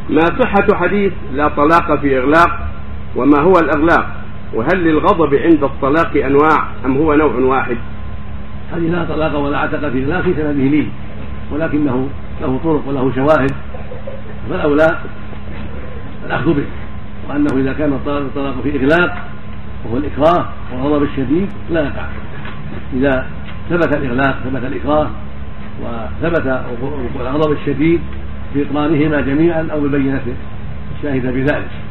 ما صحة حديث لا طلاق في إغلاق، وما هو الإغلاق، وهل للغضب عند الطلاق أنواع أم هو نوع واحد؟ حديث لا طلاق ولا عتق في إغلاق في سنده لين، ولكنه له طرق وله شواهد، فالأولى الأخذ به، وأنه إذا كان الطلاق في إغلاق وهو الإكراه والغضب الشديد لا يقع. إذا ثبت الإغلاق ثبت الإكراه وثبت الغضب الشديد بإقرارهما جميعا أو ببينته الشاهد بذلك.